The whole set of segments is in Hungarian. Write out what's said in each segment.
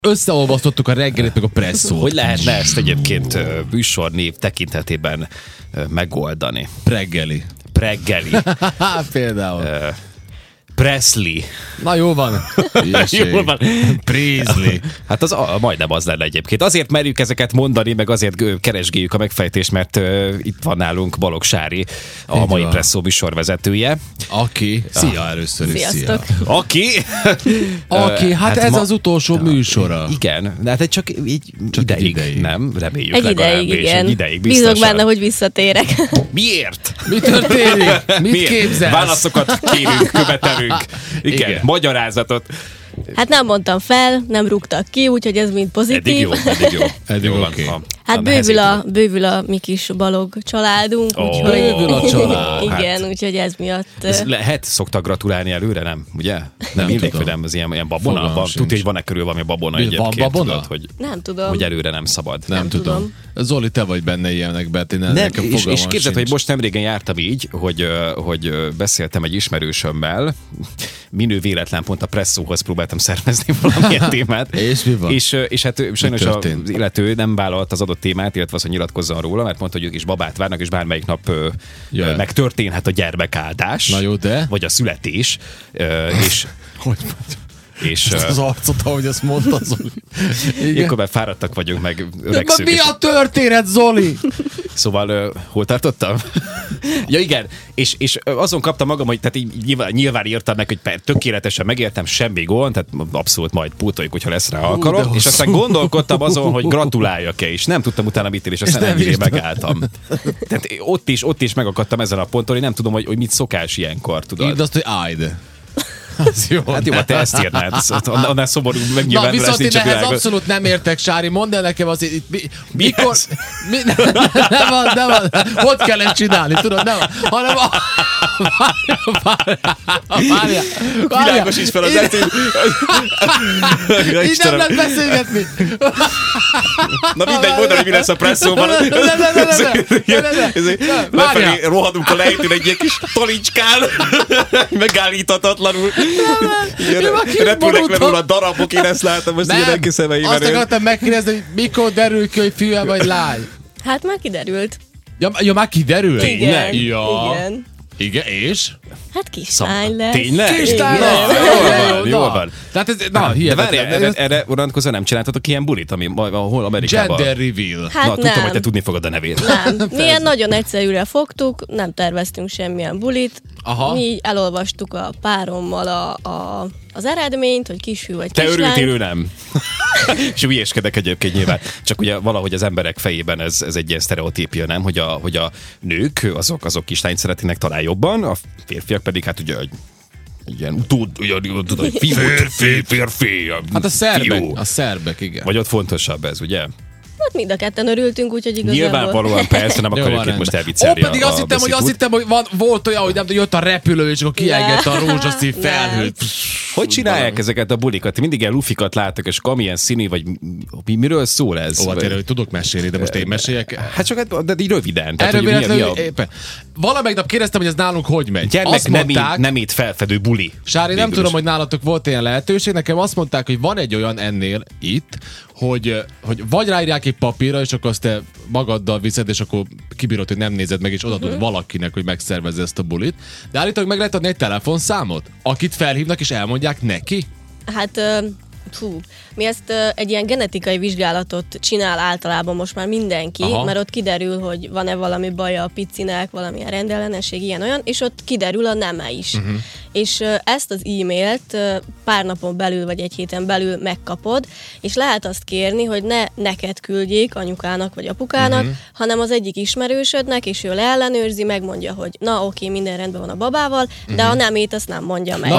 összeolvasztottuk a reggelit, meg a presszót. Hogy lehetne ezt egyébként műsornév tekintetében megoldani? Preggeli. Például. Presley. Na jó van. Jól van. Presley. Hát az majdnem az lenne egyébként. Azért merjük ezeket mondani, meg azért keresgéljük a megfejtést, mert itt van nálunk Balogh Sári, a mai Presszó műsorvezetője. Aki. Szia először is. Sziasztok. Szia. Aki, hát ez az utolsó műsora. Igen, de hát csak így ideig, nem? Reméljük Egy legalábbis. ideig, igen. Egy ideig biztosan. Bízok benne, hogy visszatérek. Miért? Mi történik? Mit képzelsz? Válaszokat kérünk, követelünk. Igen, magyarázatot. Hát nem mondtam fel, nem rúgtak ki, úgyhogy ez mind pozitív. Eddig jó. Oké. Hát bővül a mi kis Balogh családunk, úgyhogy... Bővül a család. Igen, úgyhogy ez miatt... Ez lehet, szoktak gratulálni előre, nem? Ugye? Nem mindig, hogy nem, az ilyen babona. Tudja, hogy van-e körül valami babona egyébként? Van babona? Tudod, hogy, nem tudom. hogy előre nem szabad. Nem tudom. Zoli, te vagy benne ilyenekben, és képzeld, hogy most nemrégen jártam így, hogy beszéltem egy ismerősömmel, minő véletlen pont a Presszóhoz próbáltam szervezni valamilyen témát. És mi van? És hát sajnos az illető nem vállalt az adott témát, illetve az, hogy nyilatkozzon róla, mert mondta, hogy ők is babát várnak, és bármelyik nap megtörténhet a gyermekáldás. Na jó, de? Vagy a születés. És hogy és az arcot, ahogy azt mondta, Zoli. Ilyenkor már fáradtak vagyunk, meg öregszünk. Mi a történet, Zoli? Szóval hol tartottam? Ja igen, és azon kaptam magam, hogy tehát így nyilván írtam neki, hogy tökéletesen megértem, semmi gond, tehát abszolút majd pótoljuk, hogyha lesz rá alkalom, és aztán gondolkodtam azon, hogy gratuláljak-e, és nem tudtam utána mit ír, és aztán nem megálltam. Tehát ott is megakadtam ezen a ponton, hogy nem tudom, hogy mit szokás ilyenkor, tudod. Írd azt, hogy ájd. Jó. Hát jó, te ezt írnád. Annál szomorú megnyilvánulás. Na, viszont én ehhez abszolút nem értek, Sári. Mondd el nekem azért, mikor... Nem van. Hogy kell ezt csinálni, tudod? Nem van. Hanem... Várjál. Világosíts fel az etét. Így nem lehet beszélgetni. Na mindegy, mondd, hogy mi lesz a Presszóban. Lefelé rohadunk a lejtőn egy ilyen kis talicskán. Megállíthatatlanul. Repülnek le róla darabok, én ezt láttam most ilyen neki szemeiben. Azt akartam megkérdezni, hogy mikor derül ki, hogy fiú vagy lány? Hát már kiderült. Ja, már kiderült? Igen. Igen. Igen, és? Hát kislány lesz. Tényleg? Kislány lesz! Jól van. Tehát ez, de várjál, erre vonatkozóan nem csináltatok ilyen bulit, ahol Amerikában... Gender reveal. Hát nem. Tudtam, hogy te tudni fogod a nevét. Nem. Mi ilyen nagyon egyszerűre fogtuk, nem terveztünk semmilyen bulit. Aha. Mi elolvastuk a párommal az eredményt, hogy kisfiú vagy kislány. Te örültél, ő nem. És hülyéskedek egyébként nyilván. Csak ugye valahogy az emberek fejében ez egy ilyen sztereotípia, nem? Hogy a nők, azok kislányt szeretnének talán jobban, a férfiak pedig hát ugye ilyen tudod, férfi. Hát a szerbek, igen. Vagy ott fontosabb ez, ugye? Hát mind a ketten örültünk, úgyhogy igazából... Nyilvánvalóan persze, nem akarjuk itt most elviccelni. Pedig azt hittem, hogy volt olyan, hogy nem tudom, jött a repülő, és akkor kiengedte a rózsaszín felhőt. Hogy csinálják ezeket a bulikat? Mindig ilyen lufikat látok, és amilyen színű, vagy miről szól ez? Hát erről tudok mesélni, de most én meséljek. Hát csak de így röviden. Valamelyik nap kérdeztem, hogy ez nálunk hogy megy. Gyermek nemét felfedő buli. Sári, nem tudom, hogy nálatok volt ilyen lehetőség. Nekem azt mondták, hogy van egy olyan ennél itt, hogy vagy ráírják egy papírra, és akkor azt te magaddal viszed, és akkor kibírod, hogy nem nézed meg, és odaadod valakinek, hogy megszervezze ezt a bulit. De állítólag meg lehet adni egy telefonszámot, akit felhívnak, és elmondják neki? Hát... Mi ezt egy ilyen genetikai vizsgálatot csinál általában most már mindenki, mert ott kiderül, hogy van-e valami baja a picinek, valamilyen rendellenesség, ilyen-olyan, és ott kiderül a neme is. És ezt az e-mailt pár napon belül, vagy egy héten belül megkapod, és lehet azt kérni, hogy ne neked küldjék, anyukának vagy apukának, hanem az egyik ismerősödnek, és ő leellenőrzi, megmondja, hogy na oké, minden rendben van a babával, de a nemét azt nem mondja meg.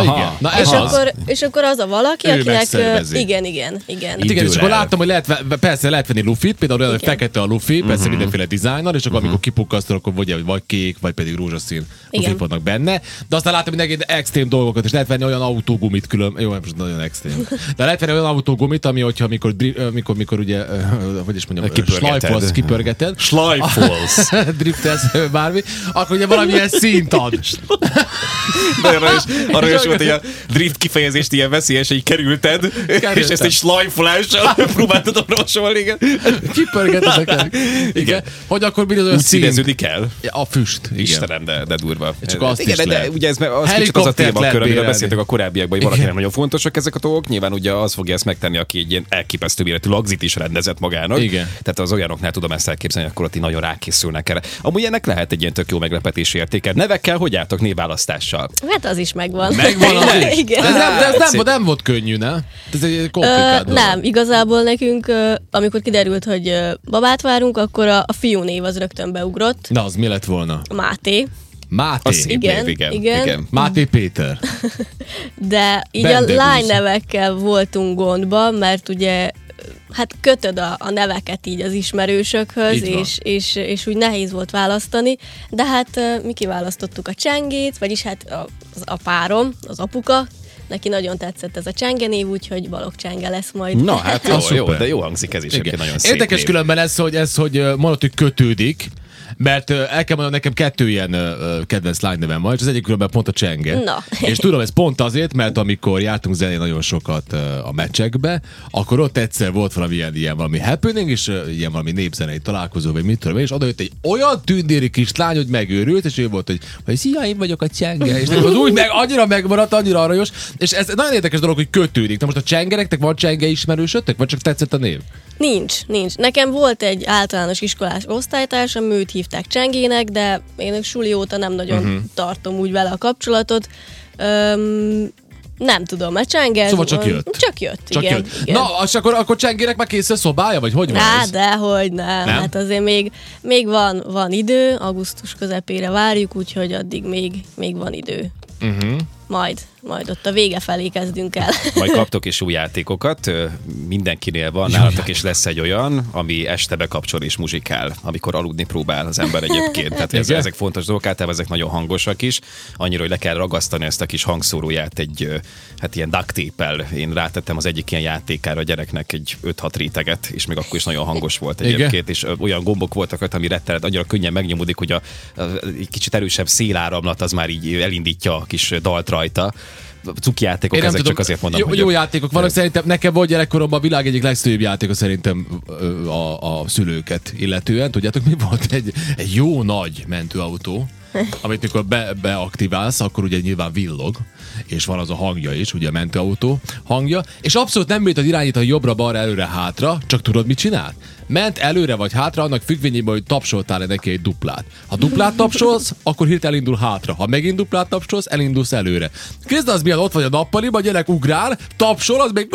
És akkor az a valaki, akinek... Igen. És akkor láttam, hogy lehet venni lufit, például olyan, hogy fekete a lufi, persze mindenféle dizájnnal, és akkor amikor kipukkasztol, akkor vagy kék, vagy pedig rózsaszín lufik vannak benne. De aztán láttam, hogy extrém dolgokat, és lehet venni olyan autógumit külön, jó, most nagyon extrém. De lehet venni olyan autógumit, ami, hogyha mikor ugye, hogy is mondjam, kipörgeted. Schleifolsz. Driftelsz, bármi, akkor ugye valamilyen szint ad. Arra is volt, hogy a drift kifejezést ilyen veszélyes, hogy kerülted, és ezt egy schleifolással próbáltad orvosolni. Kipörgeted. Igen. Hogy akkor mi az olyan szint? Úgy színeződik el. A füst. Igen. Istenem, de durva. Csak azt igen, de ugye ez kicsit az a témakör, amiről beszéltünk a korábbiakban, hogy valakinek nagyon fontosak ezek a dolgok. Nyilván ugye az fogja ezt megtenni, aki egy ilyen elképesztő méretű lagzit is rendezett magának. Igen. Tehát az olyanoknál tudom ezt elképzelni, akkor ott így nagyon rákészülnek erre. Amúgy ennek lehet egy ilyen tök jó meglepetési értéke. Nevekkel hogy álltok, névválasztással? Hát az is megvan. Megvan az is? Igen. Ez nem volt könnyű, ne? Ez egy komplikált dolog. Nem, igazából nekünk, amikor kiderült, hogy babát várunk, akkor a fiú név az rögtön beugrott. Na, az mi lett volna? Máté. Máté? Igen. Máté Péter. De így a lánynevekkel voltunk gondban, mert ugye hát kötöd a neveket így az ismerősökhöz, és úgy nehéz volt választani, de hát mi kiválasztottuk a Csengét, vagyis hát a párom, az apuka, neki nagyon tetszett ez a Csenge név, úgyhogy Balogh Csenge lesz majd. Na hát jó, de jó hangzik ez is, nagyon szép érdekes név. Különben ez, hogy mondod, hogy kötődik, mert el kell mondanom, nekem 2 ilyen kedvenc lánynevem van, és az egyik különben pont a Csenge. Na. És tudom, ez pont azért, mert amikor jártunk zenén nagyon sokat a meccsekbe, akkor ott egyszer volt valami happening, és ilyen valami népzenei találkozó, vagy mit tudom, és oda jött egy olyan tündéri kis lány, hogy megőrült, és ő volt, hogy szia, én vagyok a Csenge, és nekem az úgy annyira megmaradt, annyira aranyos, és ez nagyon érdekes dolog, hogy kötődik. Na most a Csengereknek van Csenge ismerősöttek, vagy csak tetszett a név? Nincs. Nekem volt egy általános iskolás osztálytársam, őt hívták Csengének, de én suli óta nem nagyon tartom úgy vele a kapcsolatot. Nem tudom, mert Csenge... Szóval csak jött. Csak jött. Na, és akkor Csengének már kész a szobája, vagy hogy van ez? Dehogy nem. Hát azért még van idő, augusztus közepére várjuk, úgyhogy addig még van idő. Majd ott a vége felé kezdünk el. Majd kaptok is új játékokat, mindenkinél van, nálatok is lesz egy olyan, ami este bekapcsol és muzsikál, amikor aludni próbál az ember egyébként. Tehát ezek fontos dolgok, általában ezek nagyon hangosak is, annyira, hogy le kell ragasztani ezt a kis hangszóróját egy hát ilyen duct tape-el. Én rátettem az egyik ilyen játékára a gyereknek egy 5-6 réteget, és még akkor is nagyon hangos volt egyébként, és olyan gombok voltak, ami rettenet, annyira könnyen megnyomodik, hogy egy kicsit erősebb széláramlat az már így elindítja a kis dalt rajta. Cuki játékok, ezek tudom, csak azért mondom, jó játékok vannak, szerintem nekem volt gyerekkoromban a világ egyik legszörnyűbb játéka szerintem a szülőket illetően. Tudjátok, mi volt? Egy jó nagy mentőautó, amit mikor beaktiválsz, akkor ugye nyilván villog, és van az a hangja is, ugye a mentőautó hangja, és abszolút nem bírtad irányítani jobbra-balra, előre-hátra, csak tudod, mit csinál? Ment előre vagy hátra, annak függvényében, hogy tapsoltál-e neki egy duplát. Ha duplát tapsolsz, akkor hirtelen elindul hátra. Ha megint duplát tapsolsz, elindulsz előre. Képzeld, az milyen ott vagy a nappaliban, a gyerek ugrál, tapsol, az meg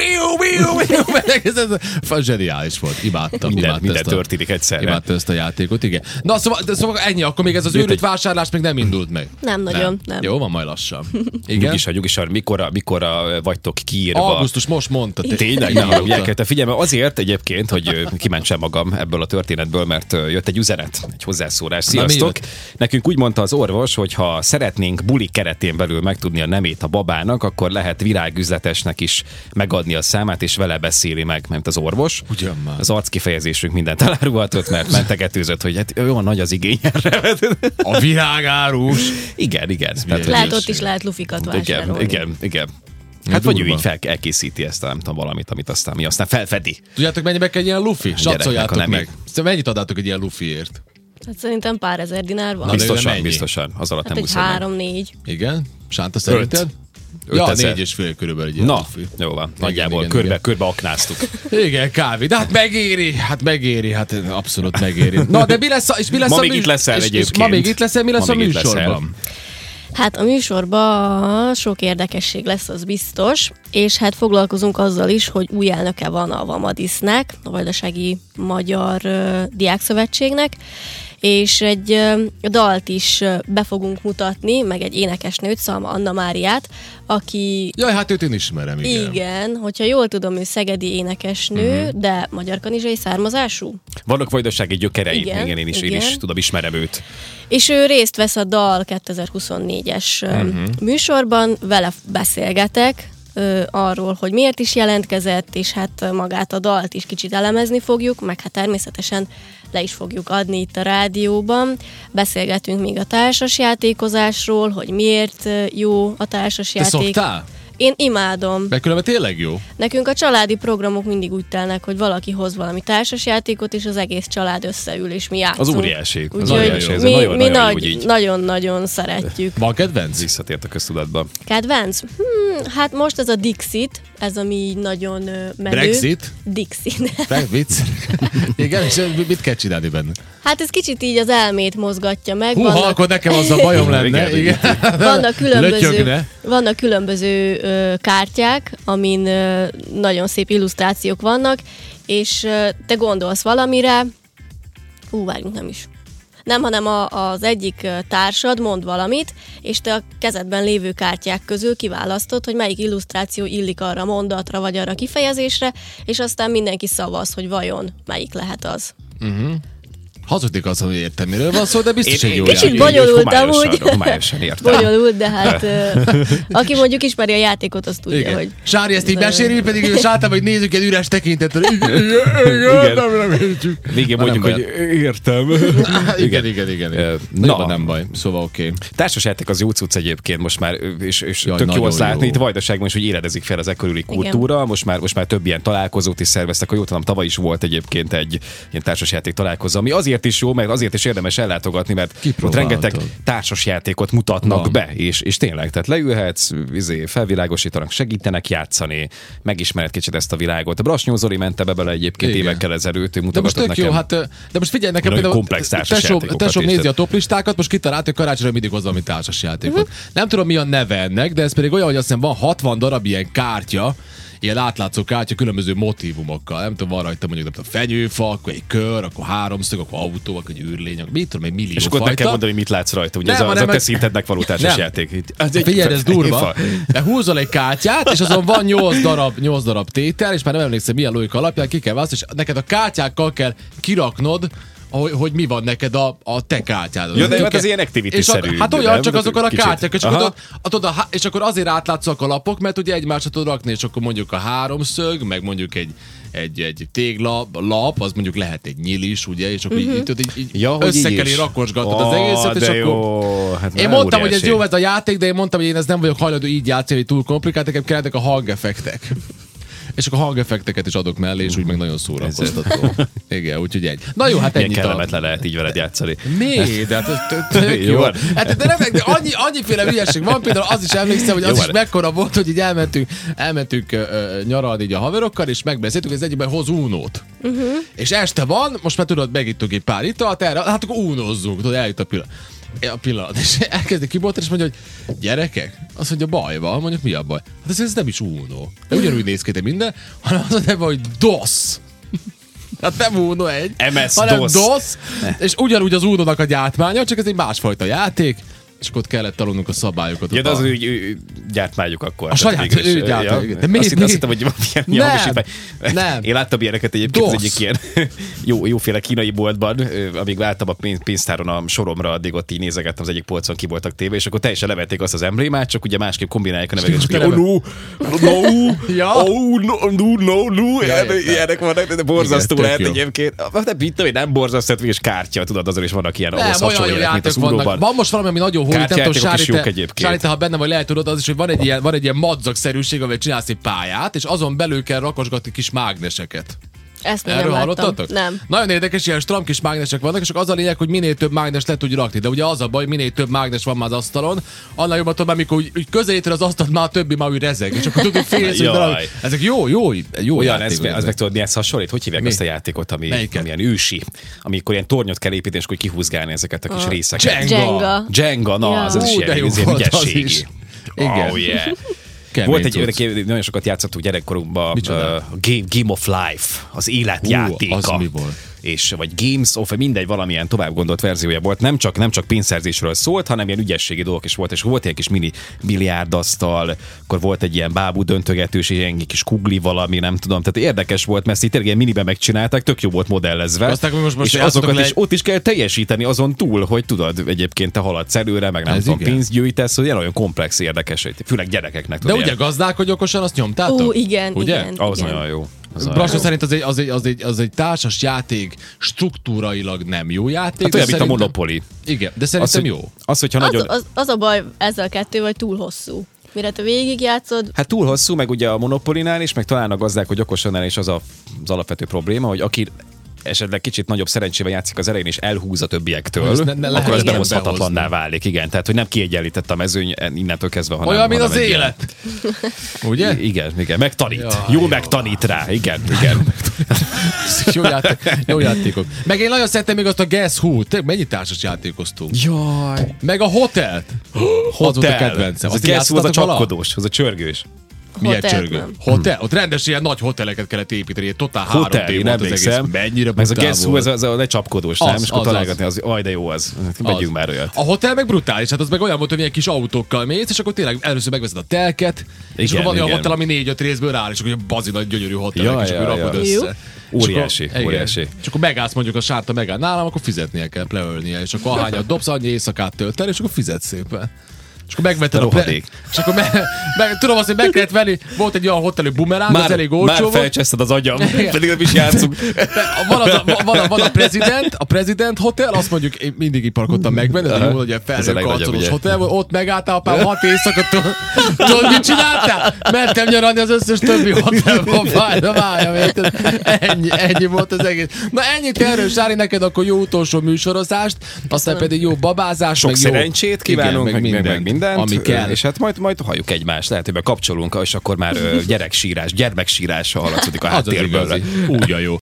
ez zseniális volt. Imádtam. Minden történik egyszerre. Imádtam ezt a játékot, igen. Na szóval ennyi, akkor még ez az őrült vásárlás még nem indult meg. Nem nagyon. Jó, van majd lassan. Igen. Nyugisan, mikor vagytok kiírva? Augusztus, most mondtad. Tényleg, nem haragudják. Figyelj, azért egyébként, hogy kimentsem magam ebből a történetből, mert jött egy üzenet, egy hozzászólás. Sziasztok! Nekünk úgy mondta az orvos, hogy ha szeretnénk buli keretén belül megtudni a nemét a babának, akkor lehet virágüzletesnek is megadni a számát, és vele beszéli meg, mert az orvos. Ugyan már. Az arckifejezésünk mindent elárulhatott, mert mentegetőzött, hogy hát olyan nagy az igény erre. A virágárus. Igen. Lehet ott is lehet lufikat vásárolni. Igen. Hát vagy ő így elkészíti ezt a nem tudom valamit, amit aztán mi aztán felfedi. Tudjátok, mennyibe kell egy ilyen lufi? Satszoljátok meg. Mennyit adátok egy ilyen lufiért? Hát szerintem pár ezer dinár van. Biztosan. Az alatt nem muszáj. 3-4. Igen? Sánta szerinted? 4,5 körülbelül egy ilyen lufi. Jó van. Nagyjából körbe aknáztuk. Igen, kávé. De hát megéri. Hát abszolút megéri. Na, de mi lesz ma még itt leszel egyébként. Ma még itt leszel, mi lesz a műsorban? Hát a műsorban sok érdekesség lesz, az biztos, és hát foglalkozunk azzal is, hogy új elnöke van a Vamadisznek, a Vajdasági Magyar Diákszövetségnek, és egy dalt is be fogunk mutatni, meg egy énekesnőt, Szalma Anna Máriát, aki... Jaj, hát őt én ismerem, igen. Igen, hogyha jól tudom, ő szegedi énekesnő, de magyar-kanizsai származású. Vannak vajdasági gyökerei, igen, én is tudom, ismerem őt. És ő részt vesz a DAL 2024-es műsorban, vele beszélgetek arról, hogy miért is jelentkezett, és hát magát a dalt is kicsit elemezni fogjuk, meg hát természetesen le is fogjuk adni itt a rádióban. Beszélgetünk még a társasjátékozásról, hogy miért jó a társasjáték. Te szoktál? Én imádom. Mert különben tényleg jó. Nekünk a családi programok mindig úgy telnek, hogy valaki hoz valami társasjátékot, és az egész család összeül, és mi játszunk. Az óriási. Úgyhogy mi nagyon-nagyon szeretjük. Van kedvenc? Visszatért a köztudatba. Kedvenc? Hát most ez a Dixit, ez ami így nagyon menő. Brexit? Dixit. Vicc. Igen, és mit kell csinálni benne? Hát ez kicsit így az elmét mozgatja meg. Húha, akkor nekem az a bajom lenne. Igen. Vannak különböző kártyák, amin nagyon szép illusztrációk vannak, és te gondolsz valamire, várjunk, nem is. Nem, hanem az egyik társad mond valamit, és te a kezedben lévő kártyák közül kiválasztod, hogy melyik illusztráció illik arra a mondatra, vagy arra a kifejezésre, és aztán mindenki szavaz, hogy vajon melyik lehet az. Hazudik az, hogy értem, miről van szó, de biztos, hogy jó kicsit bonyolult amúgy. Homályosan értem. Bonyolult, de hát aki mondjuk ismeri a játékot, az tudja, igen. hogy... Sári ezt így meséli, pedig ő általában, hogy nézzük egy üres tekintettel. Igen. Végén mondjuk, hogy értem. Igen. Nem baj. Szóval oké. Társasjáték az jó cucc egyébként most már, és tök jó azt látni, itt Vajdaságban is, hogy éledezik fel az ekkörüli kultúra. Most már több ilyen találkozót is szerveztek, hogy jól tudom, tavaly is volt egyébként egy ilyen társasjáték találkozó, ami azért is jó, meg azért is érdemes ellátogatni, mert ott rengeteg társasjátékot mutatnak be, és tényleg, tehát leülhetsz, felvilágosítanak, segítenek játszani, megismered kicsit ezt a világot. A Brasnyó Zoli ment ebbe bele egyébként évekkel ezelőtt, ő mutogatott nekem. Jó, hát, de most figyelj nekem, például komplex társasjátékokat. Tesóm nézi a toplistákat, most kitalált, hogy karácsonyra mindig hoz valami társasjátékot. Nem tudom, mi a neve ennek, de ez pedig olyan, hogy azt hiszem van 60 darab ilyen kártya, ilyen átlátszó kártya különböző motívumokkal. Nem tudom, van rajta mondjuk a fenyőfa, akkor egy kör, akkor háromszög, akkor autó, akkor egy űrlény, akkor mit tudom, egy millió és akkor fajta. nekem mondani, mit látsz rajta, ugye ez a te szintednek való társasjáték. Figyelj, ez durva. Húzol egy kártyát, és azon van 8 darab tétel, és már nem emlékszem, milyen logika alapján ki kell választani, és neked a kártyákkal kell kiraknod, hogy mi van neked a te kártyád. Jó, de hát ez ilyen activity-szerű. Hát olyan, csak azokon a kártyák, és akkor azért átlátszóak a lapok, mert ugye egymásra tudod rakni, és akkor mondjuk a háromszög, meg mondjuk egy téglalap, az mondjuk lehet egy nyíl is, ugye, és akkor így összekeli rakosgatod az egészet, és akkor... Hát én mondtam, hogy ez jó ez a játék, de én mondtam, hogy én ezt nem vagyok hajlandó így játszani, hogy túl komplikált, nekem kellettek a hangeffektek. És akkor hangeffekteket is adok mellé, és úgy meg nagyon szórakoztató. Igen, úgyhogy egy. Na jó, hát ennyit. Milyen kellemetlen lehet így veled játszani. Mi? De hát tök jó. Hát de annyiféle hülyeség van, például az is emlékszem, hogy az is mekkora volt, hogy így elmentünk nyaralni így a haverokkal, és megbeszéltük, hogy az egyikben hoz Unót. És este van, most már tudod, megittunk egy pár italt erre, hát akkor Unozzunk, tudod, eljut a pillanat, és elkezdi kiboltani, és mondja, hogy gyerekek, azt mondja, baj van, mondjuk mi a baj? Hát ez nem is Uno. De ugyanúgy néz ki minden, hanem az a neve, hogy DOS. Hát nem Uno hanem DOS, és ugyanúgy az Uno-nak a gyártmánya, csak ez egy másfajta játék, és akkor ott kellett tanulnunk a szabályokat. Ja, de az úgy gyártmányuk akkor. A saját ő gyártmány. De miért? Azt hittem, hogy ilyen hamisítvány. Nem. Én láttam ilyeneket egyébként az egyik ilyen jóféle kínai boltban, amíg váltam a pénztáron a soromra, addig ott így nézegettem az egyik polcon, ki voltak téve, és akkor teljesen levették azt az emblémát, csak ugye másképp kombinálják a neveket, és ilyenek vannak, de borzasztó lehet egyébként. Nem borzasztó, és kártya, tudod, azért is vannak ilyen ahhoz hasonlóak, mint az Unóban. Van most valami, ami nagyon hódít, nem tudom, Sári, ha benne vagy, lehet tudod, az is, hogy van egy ilyen madzagszerűség, ahol csinálsz egy pályát, és azon belül kell rakosgatni kis mágneseket. Ezt erről hallottatok? Nem. Nagyon érdekes, ilyen stram kis mágnesek vannak, és az a lényeg, hogy minél több mágnes le tudj rakni. De ugye az a baj, minél több mágnes van már az asztalon, annál jobban tudom, amikor úgy közelíted az asztalt, már a többi már úgy rezeg. És akkor tudod, félsz, hogy ezek jó olyan játék. Ez meg tudod, mihez hasonlít? Hogy hívják azt a játékot, ami ilyen ősi, amikor ilyen tornyot kell építeni, és hogy kihúzgálni ezeket a kis részeket. Jenga, na, az is ilyen ügyességi. Igen. Oh, yeah. Volt egy, nagyon sokat játszottuk gyerekkorunkban, Game of Life, az életjátéka. Az mi volt? vagy Games of, mindegy, valamilyen tovább gondolt verziója volt. Nem csak pénzszerzésről szólt, hanem ilyen ügyességi dolgok is volt, és volt egy kis mini biliárdasztal, akkor volt egy ilyen bábú döntögetős, egy ilyen kis kugli valami, nem tudom. Tehát érdekes volt, mert így tényleg ilyen miniben megcsinálták, tök jó volt modellezve. Aztán, most és azokat is ott is kell teljesíteni azon túl, hogy tudod, egyébként te haladsz előre, meg nem tudom, pénzt gyűjtesz, hogy olyan komplex, érdekes, főleg gyerekeknek. De ugye gazdálkodj okosan, azt nyomtátok? Igen, ugye? igen. Az nagyon jó. Brassó szerint az egy társas játék, struktúrailag nem jó játék. Hát olyan, mint a Monopoly. Igen, de szerintem jó. Az a baj ezzel a kettő, vagy túl hosszú. Mire te végigjátszod? Hát túl hosszú, meg ugye a Monopoly-nál is, meg talán a gazdák, hogy okosannál is az alapvető probléma, hogy aki esetleg kicsit nagyobb szerencsével játszik az elején, és elhúz a többiektől, akkor az behozhatatlanná válik. Igen, tehát hogy nem kiegyenlített a mezőny innentől kezdve, hanem olyan, mint az élet. Ugye? Igen, megtanít. Jó megtanít rá. Igen. Jó játékok. Meg én nagyon szeretem még azt a Guess Who-t. Mennyi társas játékoztunk? Jaj. Meg a Hotelt. Az volt a kedvencem. Az a Guess Who, az a csapkodós, az a csörgős. Milyen csörgő? Hotel? Ott rendes ilyen nagy hoteleket kellett építeni, ilyen totál 3D volt az egész. Mennyire brutál volt. Ez a Guess Who, ez a lecsapkodós, nem? És akkor találgatni az, de jó az. Megyünk már olyat. A hotel meg brutális, hát az meg olyan volt, hogy ilyen kis autókkal mész, és akkor tényleg először megveszed a telket, és akkor van olyan hotel, ami 4-5 részből áll, és akkor ilyen bazi nagy gyönyörű hotelek, és akkor rakod össze. Óriási. És akkor megállsz mondjuk a sárta megáll nálam, akkor fizetnie kell, pleölnie, és akkor ahányat dobsz, annyi éjszakát tölt el, és akkor fizetsz szépen. És akkor megvetted és akkor tudom azt, hogy meg kellett venni, volt egy olyan hotelű bumeráng, az elég olcsó volt. Már felcseszted az agyam, pedig nem is játszunk. Van a President Hotel, azt mondjuk én mindig így parkoltam megvenni, ez jó, hogy a felhőkarcolós hotel volt, ott megálltál apám 6 éjszaka, tudod, mit csináltál? Mentem nyaralni az összes többi hotelban, ennyi volt az egész. Na ennyit erről, Sári, neked akkor jó utolsó műsorozást, aztán pedig jó babázás, sok szerencsét kívánunk, meg mindent, ami kell. És hát majd halljuk egymást, lehet, hogy bekapcsolunk, és akkor már gyermeksírás hallatszódik a háttérből. Úgy a jó.